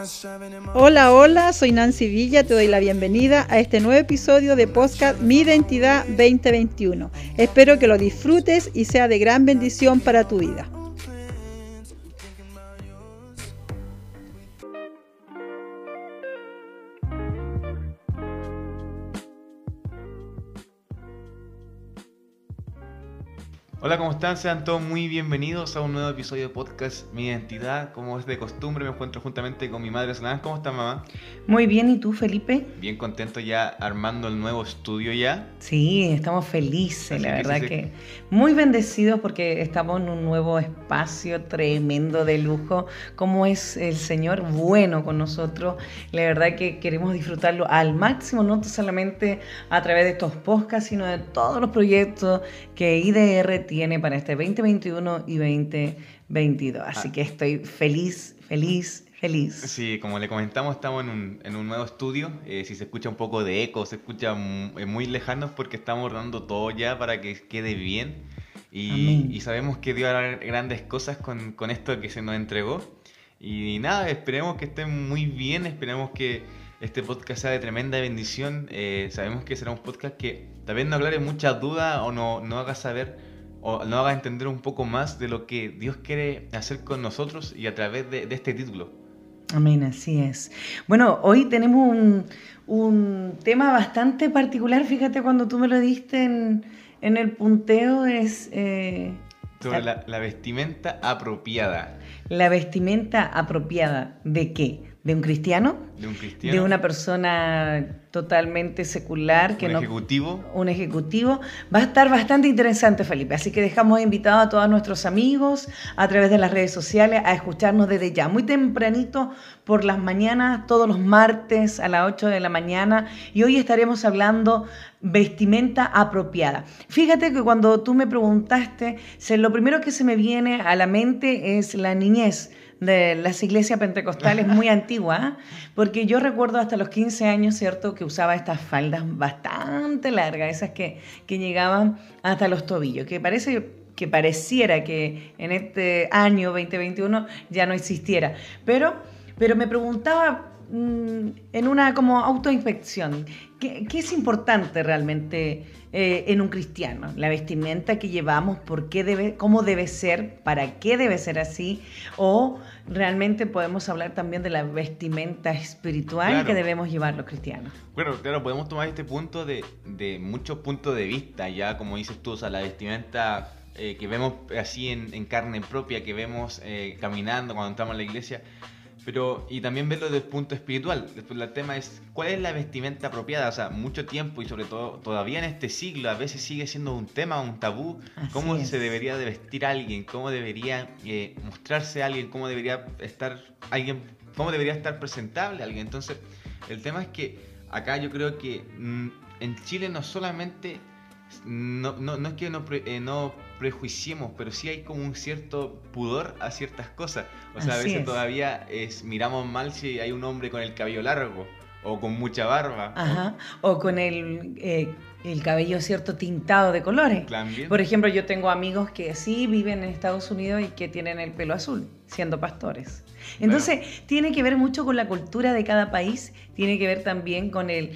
Hola, hola, soy Nancy Villa, te doy la bienvenida a este nuevo episodio de podcast Mi Identidad 2021. Espero que lo disfrutes y sea de gran bendición para tu vida. Hola, ¿cómo están? Sean todos muy bienvenidos a un nuevo episodio de podcast Mi Identidad. Como es de costumbre, me encuentro juntamente con mi madre Solange. ¿Cómo estás, mamá? Muy bien, ¿y tú, Felipe? Bien contento ya armando el nuevo estudio ya. Sí, estamos felices, Así la que verdad sí, sí. que muy bendecidos porque estamos en un nuevo espacio tremendo de lujo, como es el Señor bueno con nosotros. La verdad que queremos disfrutarlo al máximo, no solamente a través de estos podcasts, sino de todos los proyectos que IDR tiene para este 2021 y 2022. Así que estoy feliz. Sí, como le comentamos, estamos en un nuevo estudio. Si se escucha un poco de eco, se escucha muy lejano, es porque estamos dando todo ya para que quede bien. Amén. Y sabemos que Dios hará grandes cosas con esto que se nos entregó. Y nada, esperemos que estén muy bien, esperemos que este podcast sea de tremenda bendición. Sabemos que será un podcast que tal vez no aclare muchas dudas o no haga saber o no haga entender un poco más de lo que Dios quiere hacer con nosotros y a través de este título. Amén, así es. Bueno, hoy tenemos un tema bastante particular, fíjate cuando tú me lo diste en el punteo, es Sobre la vestimenta apropiada la vestimenta apropiada. ¿De qué? ¿De un cristiano? de un cristiano, ¿De una persona totalmente secular? un ejecutivo. Un ejecutivo. Va a estar bastante interesante, Felipe. Así que dejamos invitados a todos nuestros amigos a través de las redes sociales a escucharnos desde ya, muy tempranito por las mañanas, todos los martes a las 8 de la mañana. Y hoy estaremos hablando vestimenta apropiada. Fíjate que cuando tú me preguntaste, lo primero que se me viene a la mente es la niñez de las iglesias pentecostales muy antigua, porque yo recuerdo hasta los 15 años, ¿cierto?, que usaba estas faldas bastante largas, esas que llegaban hasta los tobillos, que pareciera que en este año 2021 ya no existiera, pero me preguntaba en una como autoinspección, ¿qué es importante realmente en un cristiano? La vestimenta que llevamos, cómo debe ser, para qué debe ser así, o realmente podemos hablar también de la vestimenta espiritual Claro. que debemos llevar los cristianos. Bueno, claro, podemos tomar este punto de muchos puntos de vista, ya como dices tú, o sea, la vestimenta que vemos así en carne propia, que vemos caminando cuando entramos a la iglesia, y también verlo desde el punto espiritual. Después el tema es, ¿cuál es la vestimenta apropiada? O sea, mucho tiempo y sobre todo todavía en este siglo a veces sigue siendo un tema, un tabú. Así ¿Cómo es. se debería de vestir alguien? ¿Cómo debería mostrarse alguien? ¿Cómo debería estar alguien? ¿Cómo debería estar presentable alguien? Entonces, el tema es que acá yo creo que en Chile no solamente no es que no prejuiciemos, pero sí hay como un cierto pudor a ciertas cosas. O sea, a Así veces es. todavía miramos mal si hay un hombre con el cabello largo o con mucha barba. Ajá. O con el cabello, ¿cierto?, tintado de colores. También. Por ejemplo, yo tengo amigos que sí viven en Estados Unidos y que tienen el pelo azul, siendo pastores. Entonces, tiene que ver mucho con la cultura de cada país, tiene que ver también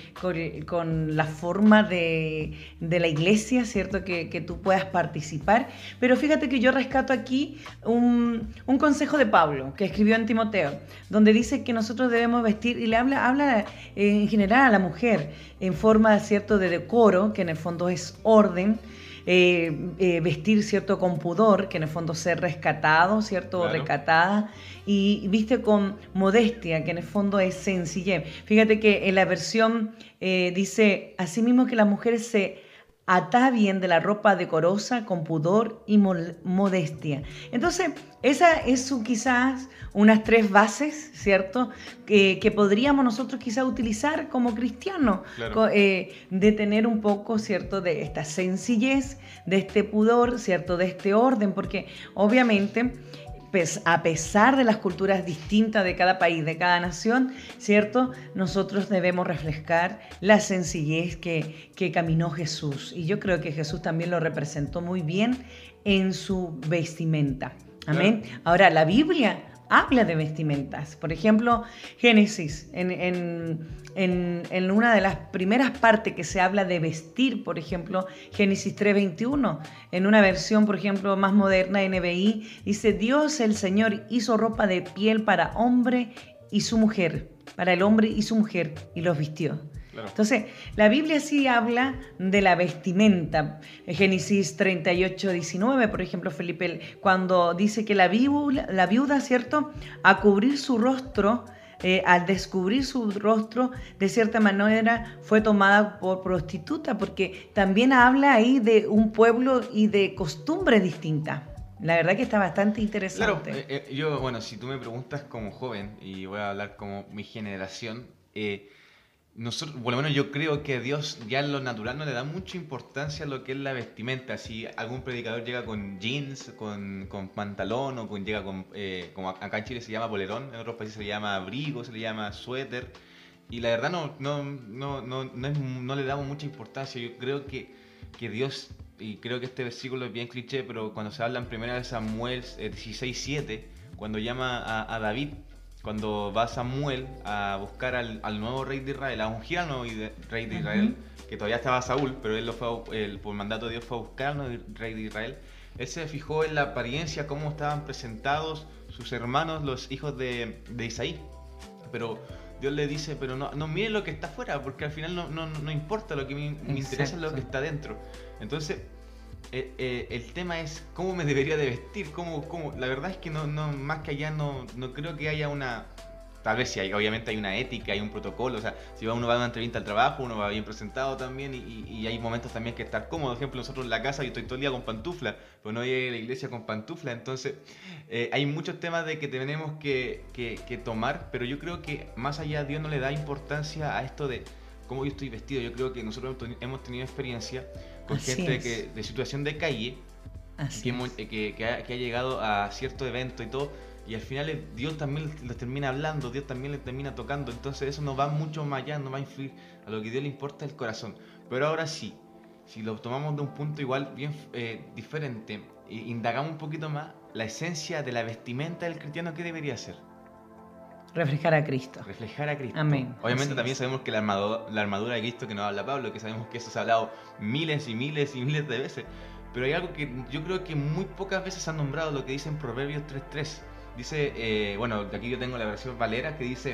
con la forma de la iglesia, ¿cierto?, que tú puedas participar. Pero fíjate que yo rescato aquí un consejo de Pablo, que escribió en Timoteo, donde dice que nosotros debemos vestir, y le habla en general a la mujer, en forma, ¿cierto?, de decoro, que en el fondo es orden. Vestir, ¿cierto?, con pudor, que en el fondo ser rescatado, ¿cierto?, Claro. recatada, y viste con modestia, que en el fondo es sencillez. Fíjate que en la versión dice, asimismo que las mujeres se atavien de la ropa decorosa con pudor y modestia. Entonces, esa es quizás unas 3 bases, ¿cierto?, que podríamos nosotros quizás utilizar como cristianos, Claro. de tener un poco, ¿cierto?, de esta sencillez, de este pudor, ¿cierto?, de este orden, porque obviamente, pues, a pesar de las culturas distintas de cada país, de cada nación, ¿cierto?, nosotros debemos reflejar la sencillez que caminó Jesús. Y yo creo que Jesús también lo representó muy bien en su vestimenta. Amén. Claro. Ahora, la Biblia habla de vestimentas. Por ejemplo, Génesis, en una de las primeras partes que se habla de vestir, por ejemplo, Génesis 3:21, en una versión, por ejemplo, más moderna, NBI, dice: Dios el Señor hizo ropa de piel para hombre y su mujer, para el hombre y su mujer, y los vistió. Claro. Entonces, la Biblia sí habla de la vestimenta. Génesis 38:19, por ejemplo, Felipe, cuando dice que la viuda, ¿cierto?, a cubrir su rostro, al descubrir su rostro, de cierta manera fue tomada por prostituta, porque también habla ahí de un pueblo y de costumbres distintas. La verdad que está bastante interesante. Claro, yo, bueno, si tú me preguntas como joven, y voy a hablar como mi generación, nosotros, bueno, yo creo que Dios ya en lo natural no le da mucha importancia a lo que es la vestimenta. Si algún predicador llega con jeans, con pantalón, o llega con, como acá en Chile se llama polerón, en otros países se le llama abrigo, se le llama suéter, y la verdad no le damos mucha importancia. Yo creo que Dios, y creo que este versículo es bien cliché, pero cuando se habla en 1 Samuel 16:7, cuando llama a David, cuando va Samuel a buscar al nuevo rey de Israel, a ungir al nuevo rey de Israel, que todavía estaba Saúl, pero él por mandato de Dios fue a buscar al nuevo rey de Israel, él se fijó en la apariencia, cómo estaban presentados sus hermanos, los hijos de Isaí. Pero Dios le dice, pero no miren lo que está afuera, porque al final no importa, lo que me interesa es lo que está dentro. Entonces, el tema es cómo me debería de vestir, cómo. La verdad es que no más que allá no creo que haya una. Tal vez sí, obviamente hay una ética, hay un protocolo. O sea, si uno va a una entrevista al trabajo, uno va bien presentado también, y hay momentos también que estar cómodo. Por ejemplo, nosotros en la casa yo estoy todo el día con pantufla, pero no voy a la iglesia con pantufla. Entonces, hay muchos temas de que tenemos que tomar, pero yo creo que más allá Dios no le da importancia a esto de cómo yo estoy vestido. Yo creo que nosotros hemos tenido experiencia con gente de situación de calle, que ha llegado a cierto evento y todo, y al final Dios también les termina hablando, Dios también les termina tocando. Entonces eso no va mucho más allá, no va a influir. A lo que a Dios le importa el corazón. Pero ahora sí, si lo tomamos de un punto igual bien diferente, indagamos un poquito más, la esencia de la vestimenta del cristiano, ¿qué debería ser? Reflejar a Cristo. Reflejar a Cristo. Amén. Obviamente también sabemos que la armadura de Cristo, que nos habla Pablo, que sabemos que eso se ha hablado miles y miles y miles de veces. Pero hay algo que yo creo que muy pocas veces han nombrado, lo que dice en Proverbios 3:3. Dice, bueno, aquí yo tengo la versión Valera, que dice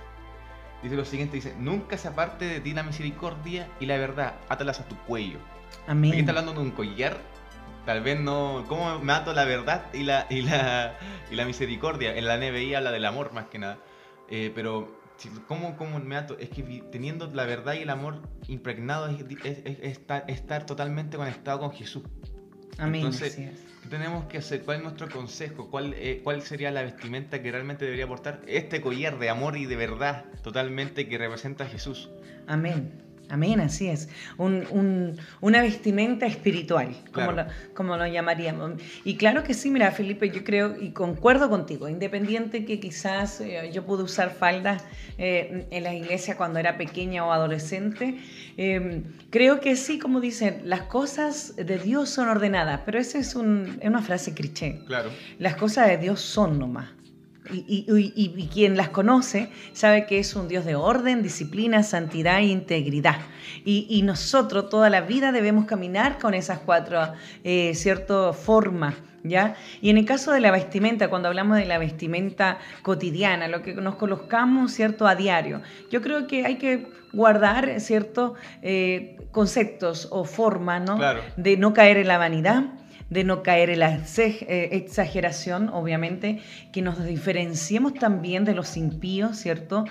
lo siguiente, dice: nunca se aparte de ti la misericordia y la verdad, átalas a tu cuello. Amén. Aquí está hablando de un collar. Tal vez no. ¿Cómo me ato la verdad y la misericordia? En la NBI habla del amor más que nada. Pero, ¿cómo me ato? Es que teniendo la verdad y el amor impregnado es estar totalmente conectado con Jesús. Amén. Entonces, ¿qué tenemos que hacer? ¿Cuál es nuestro consejo? ¿Cuál sería la vestimenta que realmente debería portar este collar de amor y de verdad totalmente que representa a Jesús? Amén. Amén, así es. Una vestimenta espiritual, claro, como lo llamaríamos. Y claro que sí, mira, Felipe, yo creo y concuerdo contigo, independiente que quizás yo pude usar faldas en la iglesia cuando era pequeña o adolescente, creo que sí, como dicen, las cosas de Dios son ordenadas, pero esa es una frase cliché. Claro. Las cosas de Dios son nomás. Y quien las conoce sabe que es un Dios de orden, disciplina, santidad e integridad. Y nosotros toda la vida debemos caminar con esas cuatro formas, ¿ya? Y en el caso de la vestimenta, cuando hablamos de la vestimenta cotidiana, lo que nos colocamos, ¿cierto?, a diario, yo creo que hay que guardar ciertos conceptos o formas, ¿no? Claro. De no caer en la vanidad, de no caer en la exageración, obviamente, que nos diferenciemos también de los impíos, ¿cierto?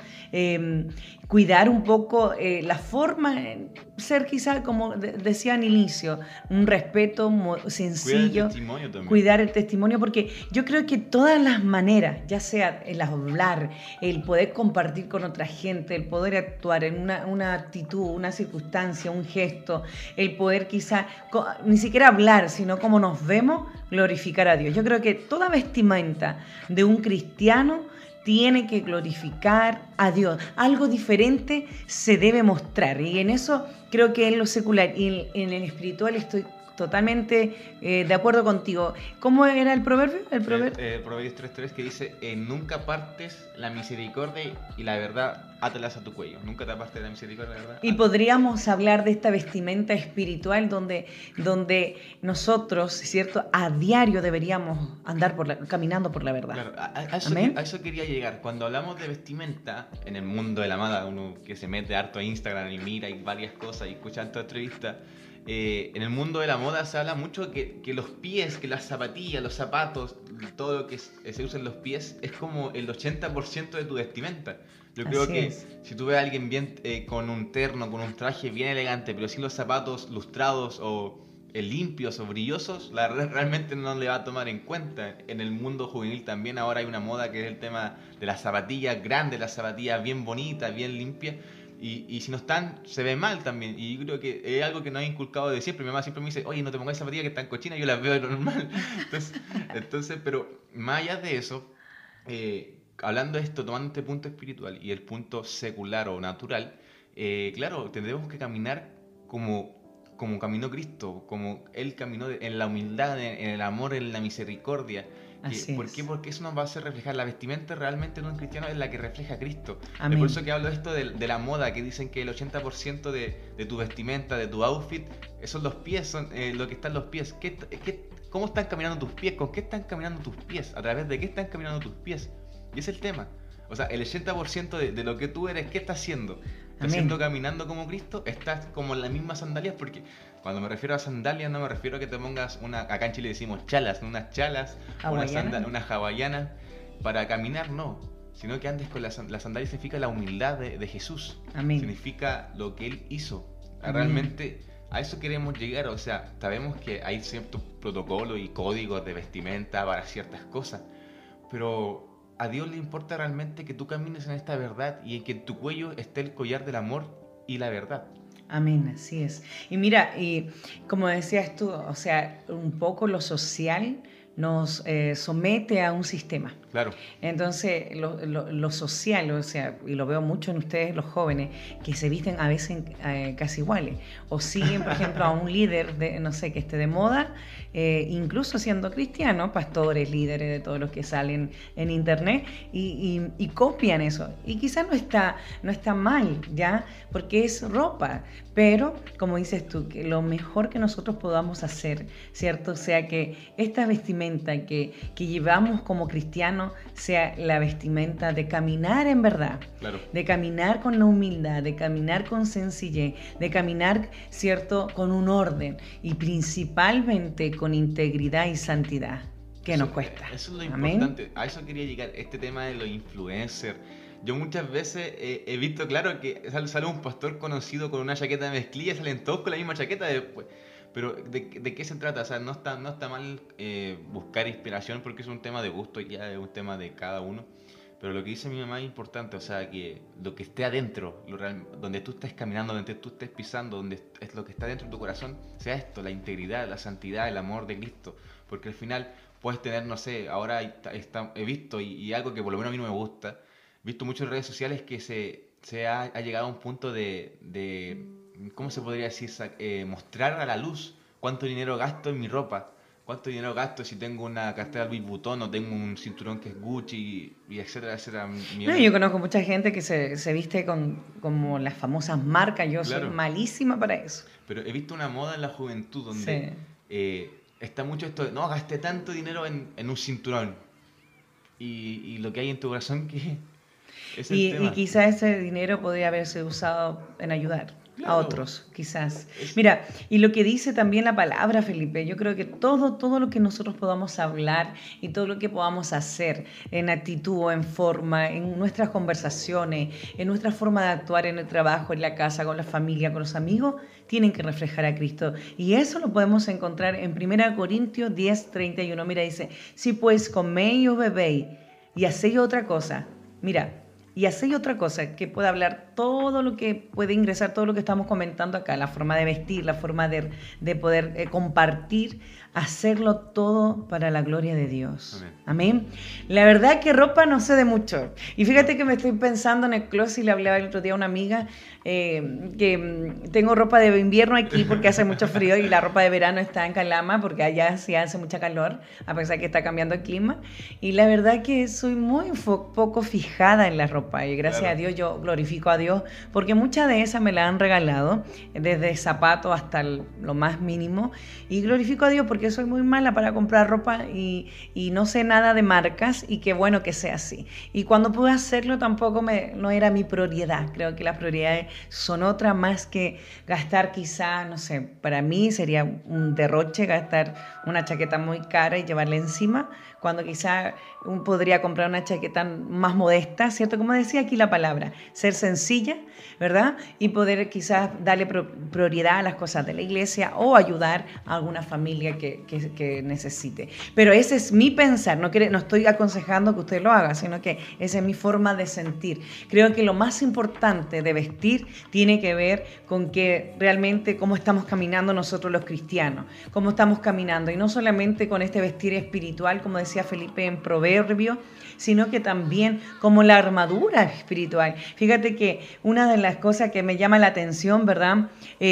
Cuidar un poco la forma, ser quizá, como decía al inicio, un respeto sencillo. Cuidar el testimonio también. Cuidar el testimonio, porque yo creo que todas las maneras, ya sea el hablar, el poder compartir con otra gente, el poder actuar en una actitud, una circunstancia, un gesto, el poder quizá, ni siquiera hablar, sino como nos vemos, glorificar a Dios. Yo creo que toda vestimenta de un cristiano tiene que glorificar a Dios. Algo diferente se debe mostrar. Y en eso creo que en lo secular y en el espiritual estoy totalmente de acuerdo contigo. ¿Cómo era el proverbio? Proverbios 3:3 que dice, nunca apartes la misericordia y la verdad, átalas a tu cuello. Nunca te apartes de la misericordia y la verdad. Y podríamos hablar de esta vestimenta espiritual donde nosotros, ¿cierto? A diario deberíamos andar caminando por la verdad. Claro, a eso quería llegar. Cuando hablamos de vestimenta, en el mundo de la moda, uno que se mete harto a Instagram y mira y varias cosas y escucha harto entrevistas, en el mundo de la moda se habla mucho que los pies, que las zapatillas, los zapatos, todo lo que se usa en los pies es como el 80% de tu vestimenta. Yo creo que si tú ves a alguien bien con un terno, con un traje bien elegante, pero sin los zapatos lustrados o limpios o brillosos, realmente no le va a tomar en cuenta. En el mundo juvenil también ahora hay una moda que es el tema de las zapatillas grandes, las zapatillas bien bonitas, bien limpias. Y si no están, se ve mal también. Y yo creo que es algo que nos ha inculcado de siempre. Mi mamá siempre me dice, oye, no te pongas zapatillas que están cochinas, yo las veo de normal. Entonces, pero más allá de eso, hablando de esto, tomando este punto espiritual y el punto secular o natural, claro, tendremos que caminar como caminó Cristo, como Él caminó en la humildad, en el amor, en la misericordia. ¿Por qué? Porque eso nos va a hacer reflejar. La vestimenta realmente de un cristiano es la que refleja a Cristo. Es por eso que hablo de esto de la moda, que dicen que el 80% de tu vestimenta, de tu outfit, son los pies, son lo que está en los pies. ¿Cómo están caminando tus pies? ¿Con qué están caminando tus pies? ¿A través de qué están caminando tus pies? Y ese es el tema. O sea, el 80% de lo que tú eres, ¿qué estás haciendo? ¿Estás haciendo caminando como Cristo? ¿Estás como en las mismas sandalias? Porque cuando me refiero a sandalias no me refiero a que te pongas acá en Chile decimos chalas, unas chalas, una hawaiana para caminar, no. Sino que andes con las sandalias significa la humildad de Jesús. Amén. Significa lo que Él hizo. Realmente a eso queremos llegar. O sea, sabemos que hay ciertos protocolos y códigos de vestimenta para ciertas cosas, pero a Dios le importa realmente que tú camines en esta verdad y en que en tu cuello esté el collar del amor y la verdad. Amén, así es. Y mira, y como decías tú, o sea, un poco lo social nos somete a un sistema. Claro. Entonces, lo social, o sea, y lo veo mucho en ustedes, los jóvenes, que se visten a veces casi iguales. O siguen, por ejemplo, a un líder, no sé, que esté de moda, incluso siendo cristiano, pastores, líderes de todos los que salen en internet, y copian eso. Y quizás no está mal, ¿ya? Porque es ropa. Pero, como dices tú, que lo mejor que nosotros podamos hacer, ¿cierto? O sea, que esta vestimenta que llevamos como cristianos sea la vestimenta de caminar en verdad, claro, de caminar con la humildad, de caminar con sencillez, de caminar, ¿cierto?, con un orden y principalmente con integridad y santidad, que nos cuesta. Eso es lo Amén. importante. A eso quería llegar, este tema de los influencers. Yo muchas veces he visto, claro, que sale un pastor conocido con una chaqueta de mezclilla, salen todos con la misma chaqueta después. Pero ¿de qué se trata? O sea, no está mal buscar inspiración porque es un tema de gusto, ya es un tema de cada uno. Pero lo que dice mi mamá es importante, o sea, que lo que esté adentro, donde tú estés caminando, donde tú estés pisando, donde es lo que está dentro de tu corazón, sea esto, la integridad, la santidad, el amor de Cristo. Porque al final puedes tener, no sé, ahora he visto, y algo que por lo menos a mí no me gusta, he visto muchas redes sociales que se ha llegado a un punto de ¿cómo se podría decir? Mostrar a la luz cuánto dinero gasto en mi ropa, cuánto dinero gasto si tengo una cartera Louis Vuitton o tengo un cinturón que es Gucci y etcétera, etcétera. No, yo conozco mucha gente que se viste como las famosas marcas, yo claro, soy malísima para eso. Pero he visto una moda en la juventud donde está mucho esto de, no, gasté tanto dinero en un cinturón y lo que hay en tu corazón que es el tema. Y quizás ese dinero podría haberse usado en ayudar. Claro. A otros, quizás. Mira, y lo que dice también la palabra, Felipe, yo creo que todo lo que nosotros podamos hablar y todo lo que podamos hacer en actitud, en forma, en nuestras conversaciones, en nuestra forma de actuar en el trabajo, en la casa, con la familia, con los amigos, tienen que reflejar a Cristo. Y eso lo podemos encontrar en 1 Corintios 10:31. Mira, dice, si pues coméis o bebéis y hacéis otra cosa, mira, Y así otra cosa, que pueda hablar todo lo que puede ingresar, todo lo que estamos comentando acá, la forma de vestir, la forma de poder compartir, hacerlo todo para la gloria de Dios. Amén. La verdad que ropa no sé de mucho. Y fíjate que me estoy pensando en el closet y le hablaba el otro día a una amiga que tengo ropa de invierno aquí porque hace mucho frío y la ropa de verano está en Calama porque allá sí hace mucha calor, a pesar que está cambiando el clima. Y la verdad que soy muy poco fijada en la ropa y gracias a Dios yo glorifico a Dios porque muchas de esas me las han regalado, desde zapatos hasta lo más mínimo, y glorifico a Dios porque soy muy mala para comprar ropa y no sé nada de marcas, y qué bueno que sea así. Y cuando pude hacerlo tampoco no era mi prioridad. Creo que las prioridades son otras, más que gastar quizá, no sé, para mí sería un derroche gastar una chaqueta muy cara y llevarla encima, cuando quizá podría comprar una chaqueta más modesta, ¿cierto? Como decía aquí la palabra, ser sencilla, ¿verdad? Y poder quizás darle prioridad a las cosas de la iglesia o ayudar a alguna familia que necesite. Pero ese es mi pensar, no estoy aconsejando que usted lo haga, sino que esa es mi forma de sentir. Creo que lo más importante de vestir tiene que ver con que realmente cómo estamos caminando nosotros los cristianos, cómo estamos caminando, y no solamente con este vestir espiritual, como decía Felipe en Proverbio, sino que también como la armadura espiritual. Fíjate que una de las cosas que me llama la atención, ¿verdad?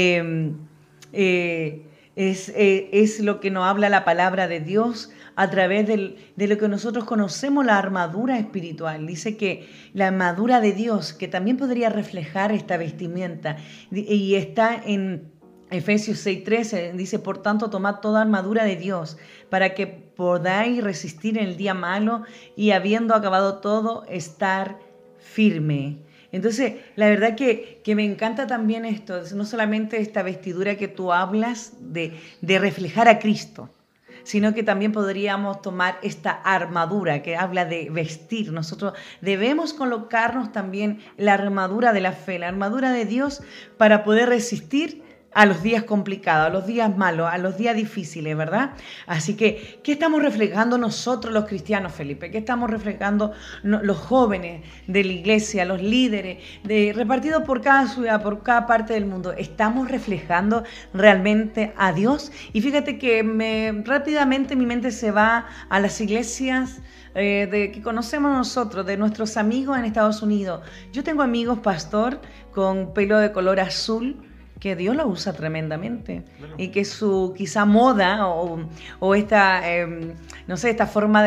Es lo que nos habla la palabra de Dios a través de lo que nosotros conocemos, la armadura espiritual. Dice que la armadura de Dios, que también podría reflejar esta vestimenta, y está en Efesios 6:13, dice: por tanto, tomad toda armadura de Dios para que podáis resistir en el día malo y, habiendo acabado todo, estar firme. Entonces, la verdad que me encanta también esto, no solamente esta vestidura que tú hablas de reflejar a Cristo, sino que también podríamos tomar esta armadura que habla de vestir. Nosotros debemos colocarnos también la armadura de la fe, la armadura de Dios, para poder resistir a los días complicados, a los días malos, a los días difíciles, ¿verdad? Así que, ¿qué estamos reflejando nosotros los cristianos, Felipe? ¿Qué estamos reflejando los jóvenes de la iglesia, los líderes, repartidos por cada ciudad, por cada parte del mundo? ¿Estamos reflejando realmente a Dios? Y fíjate que rápidamente mi mente se va a las iglesias que conocemos nosotros, de nuestros amigos en Estados Unidos. Yo tengo amigos pastor con pelo de color azul, que Dios lo usa tremendamente, bueno, y que su quizá moda o esta, no sé, esta forma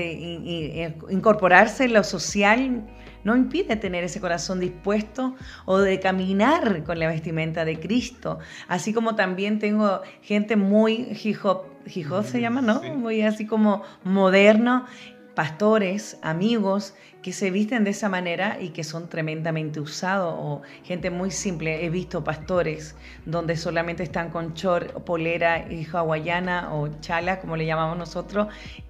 de incorporarse en lo social no impide tener ese corazón dispuesto o de caminar con la vestimenta de Cristo. Así como también tengo gente muy hip-hop se llama, ¿no? Sí. Muy así como moderno, pastores, amigos que se visten de esa manera y que son tremendamente usados, o gente muy simple. He visto pastores donde solamente están con short, polera y hawaiana o chala, como le llamamos nosotros,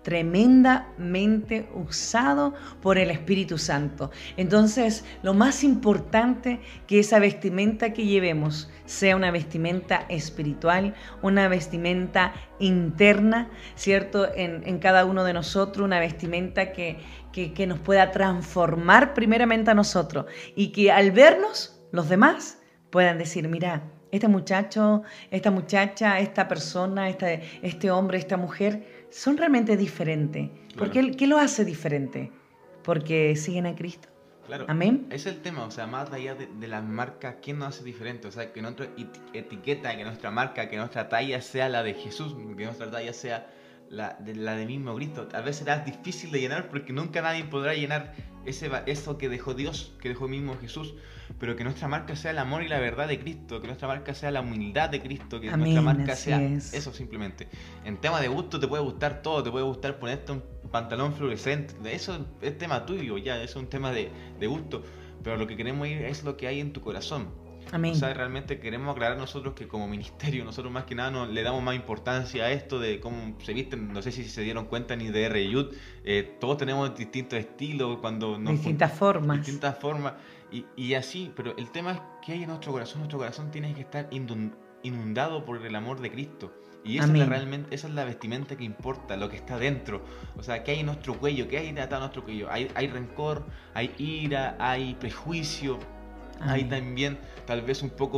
tremendamente usado por el Espíritu Santo. Entonces, lo más importante, que esa vestimenta que llevemos sea una vestimenta espiritual, una vestimenta interna, ¿cierto? En cada uno de nosotros, una vestimenta que nos pueda transformar primeramente a nosotros, y que al vernos los demás puedan decir: mira, este muchacho, esta muchacha, esta persona, este hombre, esta mujer son realmente diferentes. Claro. ¿Qué lo hace diferente? Porque siguen a Cristo. Claro. Amén. Ese es el tema, o sea, más allá de las marcas, ¿quién nos hace diferente? O sea, que nuestra etiqueta, que nuestra marca, que nuestra talla sea la de Jesús, que nuestra talla sea la de mismo Cristo. Tal vez será difícil de llenar porque nunca nadie podrá llenar eso que dejó Dios, que dejó mismo Jesús, pero que nuestra marca sea el amor y la verdad de Cristo, que nuestra marca sea la humildad de Cristo, que Amén, nuestra marca sea es. Eso simplemente. En tema de gusto te puede gustar todo, te puede gustar ponerte un pantalón fluorescente, eso es tema tuyo, ya, eso es un tema de gusto, pero lo que queremos ir es lo que hay en tu corazón. Amén. O sea, realmente queremos aclarar nosotros que como ministerio, nosotros más que nada le damos más importancia a esto de cómo se visten. No sé si se dieron cuenta ni de R. Todos tenemos distintos estilos, distintas formas. Distintas formas y así, pero el tema es que hay en nuestro corazón. Nuestro corazón tiene que estar inundado por el amor de Cristo. Y esa es realmente, esa es la vestimenta que importa, lo que está dentro. O sea, ¿qué hay en nuestro cuello? ¿Qué hay atado en nuestro cuello? Hay rencor, hay ira, hay prejuicio, hay también tal vez un poco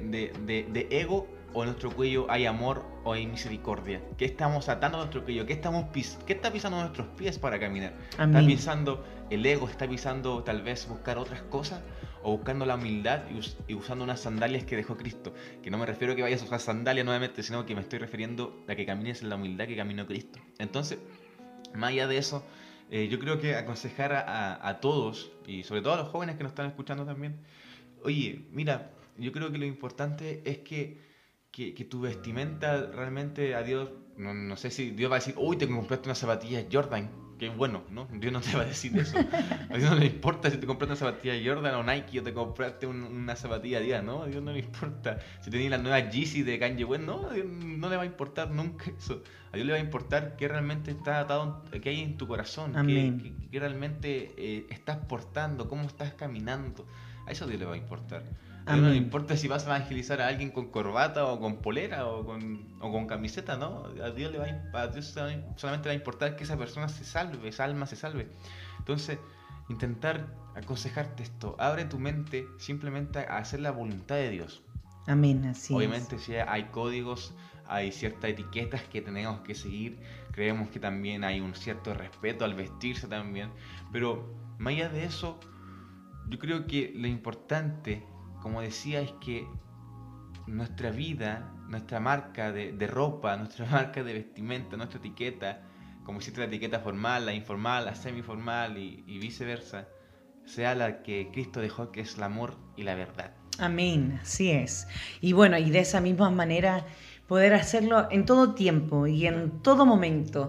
de ego, o en nuestro cuello hay amor o hay misericordia. ¿Qué estamos atando a nuestro cuello? ¿Qué está pisando nuestros pies para caminar? ¿Está pisando el ego? ¿Está pisando tal vez buscar otras cosas? ¿O buscando la humildad y usando unas sandalias que dejó Cristo? Que no me refiero a que vayas a usar sandalias nuevamente, sino que me estoy refiriendo a que camines en la humildad que caminó Cristo. Entonces, más allá de eso, yo creo que aconsejar a todos, y sobre todo a los jóvenes que nos están escuchando también, oye, mira, yo creo que lo importante es que tu vestimenta realmente a Dios, no sé si Dios va a decir, uy, te compraste unas zapatillas Jordan, que bueno, ¿no? Dios no te va a decir eso. A Dios no le importa si te compraste una zapatilla Jordan o Nike o te compraste una zapatilla Adidas, ¿no? A Dios no le importa. Si tenías las nuevas Yeezy de Kanye West, no, a Dios no le va a importar nunca eso. A Dios le va a importar qué realmente está atado, qué hay en tu corazón, qué realmente estás portando, cómo estás caminando. A eso a Dios le va a importar. A Dios no le importa si vas a evangelizar a alguien con corbata o con polera o con camiseta, ¿no? A Dios solamente le va a importar que esa persona se salve, esa alma se salve. Entonces, intentar aconsejarte esto, abre tu mente simplemente a hacer la voluntad de Dios. Amén, así Obviamente, sí, hay códigos, hay ciertas etiquetas que tenemos que seguir. Creemos que también hay un cierto respeto al vestirse también. Pero, más allá de eso, yo creo que lo importante, como decía, es que nuestra vida, nuestra marca de ropa, nuestra marca de vestimenta, nuestra etiqueta, como existe la etiqueta formal, la informal, la semiformal y viceversa, sea la que Cristo dejó, que es el amor y la verdad. Amén, así es. Y bueno, y de esa misma manera poder hacerlo en todo tiempo y en todo momento.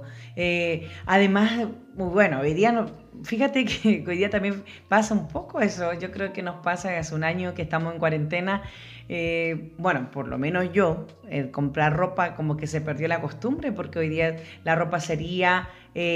Además, bueno, hoy día fíjate que hoy día también pasa un poco eso. Yo creo que nos pasa hace un año que estamos en cuarentena. Bueno, por lo menos yo, comprar ropa como que se perdió la costumbre, porque hoy día la ropa sería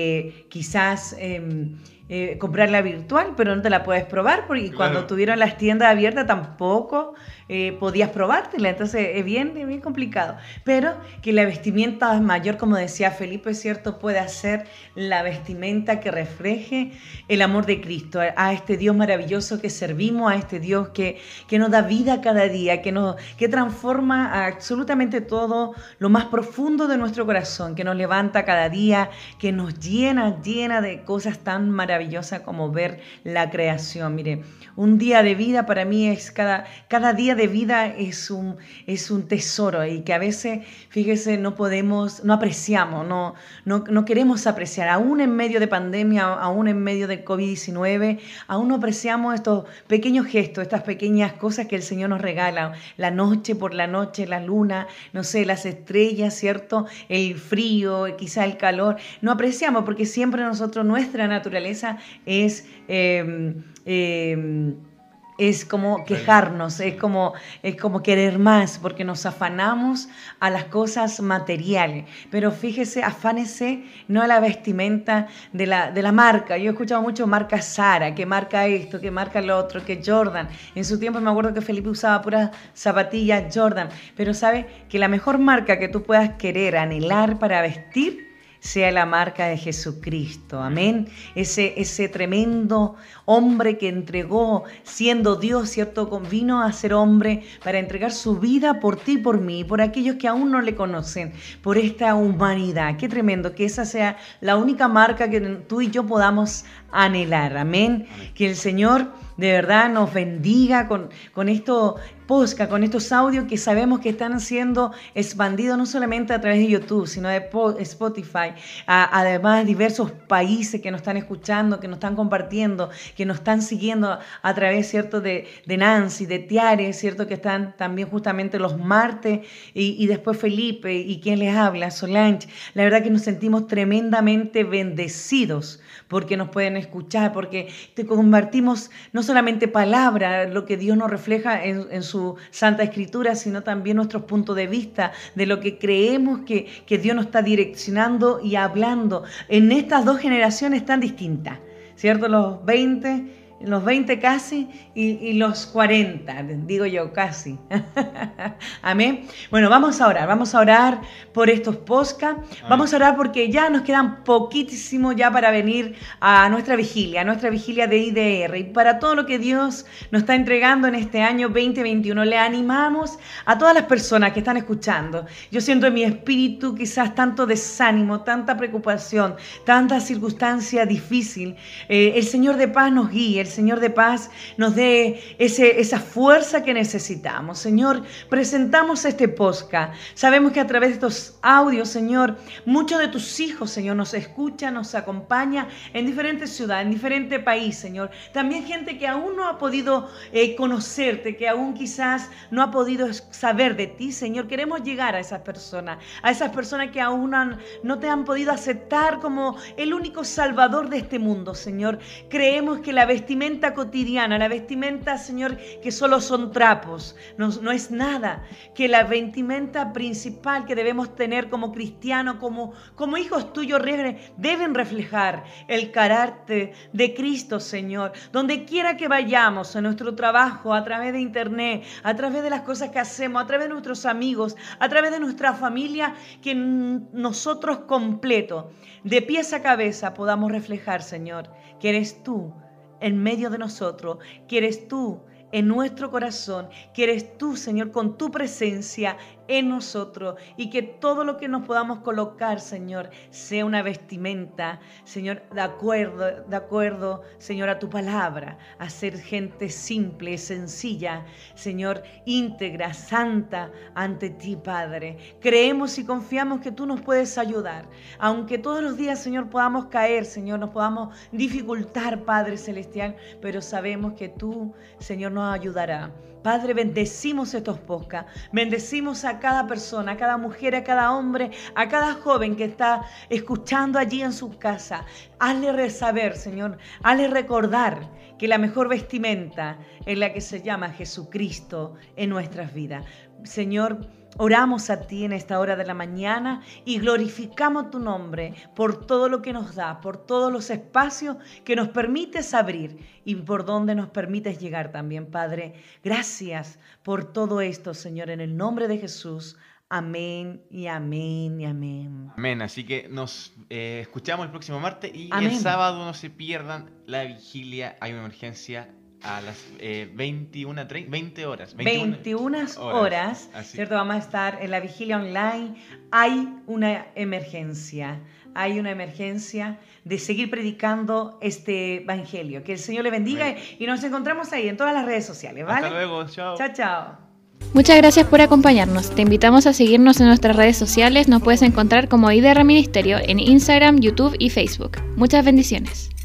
quizás comprarla virtual, pero no te la puedes probar, porque claro, cuando tuvieron las tiendas abiertas tampoco podías probártela, entonces es bien complicado. Pero que la vestimenta mayor, como decía Felipe, es cierto, puede ser la vestimenta que refleje el amor de Cristo, a este Dios maravilloso que servimos, a este Dios que nos da vida cada día, que transforma absolutamente todo lo más profundo de nuestro corazón, que nos levanta cada día, que nos llena de cosas tan maravillosas como ver la creación. Mire, un día de vida para mí es cada día de vida es un tesoro, y que a veces, fíjese, no apreciamos, no queremos apreciar, aún en medio de pandemia, aún en medio de COVID-19, aún no apreciamos estos pequeños gestos, estas pequeñas cosas que el Señor nos regala, la noche por la noche, la luna, no sé, las estrellas, ¿cierto? El frío, quizá el calor, no apreciamos porque siempre nuestra naturaleza es como quejarnos, es como querer más, porque nos afanamos a las cosas materiales. Pero fíjese, afánese no a la vestimenta de la marca. Yo he escuchado mucho marca Zara, que marca esto, que marca lo otro, que Jordan. En su tiempo me acuerdo que Felipe usaba puras zapatillas Jordan. Pero sabe que la mejor marca que tú puedas querer, anhelar para vestir, sea la marca de Jesucristo, amén. Ese tremendo hombre que entregó, siendo Dios, ¿cierto? Vino a ser hombre para entregar su vida por ti y por mí, por aquellos que aún no le conocen, por esta humanidad. Qué tremendo, que esa sea la única marca que tú y yo podamos anhelar, amén. Que el Señor de verdad nos bendiga con esto podcast, con estos audios que sabemos que están siendo expandidos no solamente a través de YouTube, sino de Spotify, además diversos países que nos están escuchando, que nos están compartiendo, que nos están siguiendo a través, ¿cierto?, de Nancy, de Tiare, ¿cierto?, que están también justamente los martes, y después Felipe, y quien les habla, Solange. La verdad que nos sentimos tremendamente bendecidos porque nos pueden escuchar, porque te compartimos no solamente palabra, lo que Dios nos refleja en su Santa Escritura, sino también nuestros puntos de vista de lo que creemos que Dios nos está direccionando y hablando en estas dos generaciones tan distintas, ¿cierto? Los 20 los 20 casi y los 40, digo yo, casi. Amén. Bueno, vamos a orar por estos podcasts. Vamos a orar porque ya nos quedan poquísimo ya para venir a nuestra vigilia de IDR. Y para todo lo que Dios nos está entregando en este año 2021, le animamos a todas las personas que están escuchando. Yo siento en mi espíritu quizás tanto desánimo, tanta preocupación, tanta circunstancia difícil. El Señor de paz nos guíe, el Señor de paz nos dé esa fuerza que necesitamos. Señor, presentamos este podcast. Sabemos que a través de estos audios, Señor, muchos de tus hijos, Señor, nos escuchan, nos acompañan en diferentes ciudades, en diferentes países, Señor. También gente que aún no ha podido conocerte, que aún quizás no ha podido saber de ti, Señor. Queremos llegar a esas personas que aún no te han podido aceptar como el único salvador de este mundo, Señor. Creemos que la vestimenta cotidiana, la vestimenta, Señor, que solo son trapos, no es nada, que la vestimenta principal que debemos tener como cristianos, como hijos tuyos, deben reflejar el carácter de Cristo, Señor. Donde quiera que vayamos, en nuestro trabajo, a través de internet, a través de las cosas que hacemos, a través de nuestros amigos, a través de nuestra familia, que nosotros completos, de pies a cabeza, podamos reflejar, Señor, que eres tú en medio de nosotros, que eres tú en nuestro corazón, que eres tú, Señor, con tu presencia en nosotros, y que todo lo que nos podamos colocar, Señor, sea una vestimenta, Señor, de acuerdo, Señor, a tu palabra, a ser gente simple, sencilla, Señor, íntegra, santa ante ti, Padre. Creemos y confiamos que tú nos puedes ayudar, aunque todos los días, Señor, podamos caer, Señor, nos podamos dificultar, Padre Celestial, pero sabemos que tú, Señor, nos ayudará. Padre, bendecimos estos podcasts, bendecimos a cada persona, a cada mujer, a cada hombre, a cada joven que está escuchando allí en su casa. Hazle saber, Señor, hazle recordar que la mejor vestimenta es la que se llama Jesucristo en nuestras vidas. Señor, oramos a ti en esta hora de la mañana y glorificamos tu nombre por todo lo que nos da, por todos los espacios que nos permites abrir y por donde nos permites llegar también, Padre. Gracias por todo esto, Señor, en el nombre de Jesús. Amén y amén y amén. Amén, así que nos escuchamos el próximo martes y amén. El sábado no se pierdan la vigilia. Hay una emergencia a las 20 horas. 21 horas, ¿cierto? Vamos a estar en la vigilia online. Hay una emergencia de seguir predicando este evangelio. Que el Señor le bendiga. Amén. Y nos encontramos ahí en todas las redes sociales, ¿vale? Hasta luego, chao. Chao, chao. Muchas gracias por acompañarnos. Te invitamos a seguirnos en nuestras redes sociales. Nos puedes encontrar como IDR Ministerio en Instagram, YouTube y Facebook. Muchas bendiciones.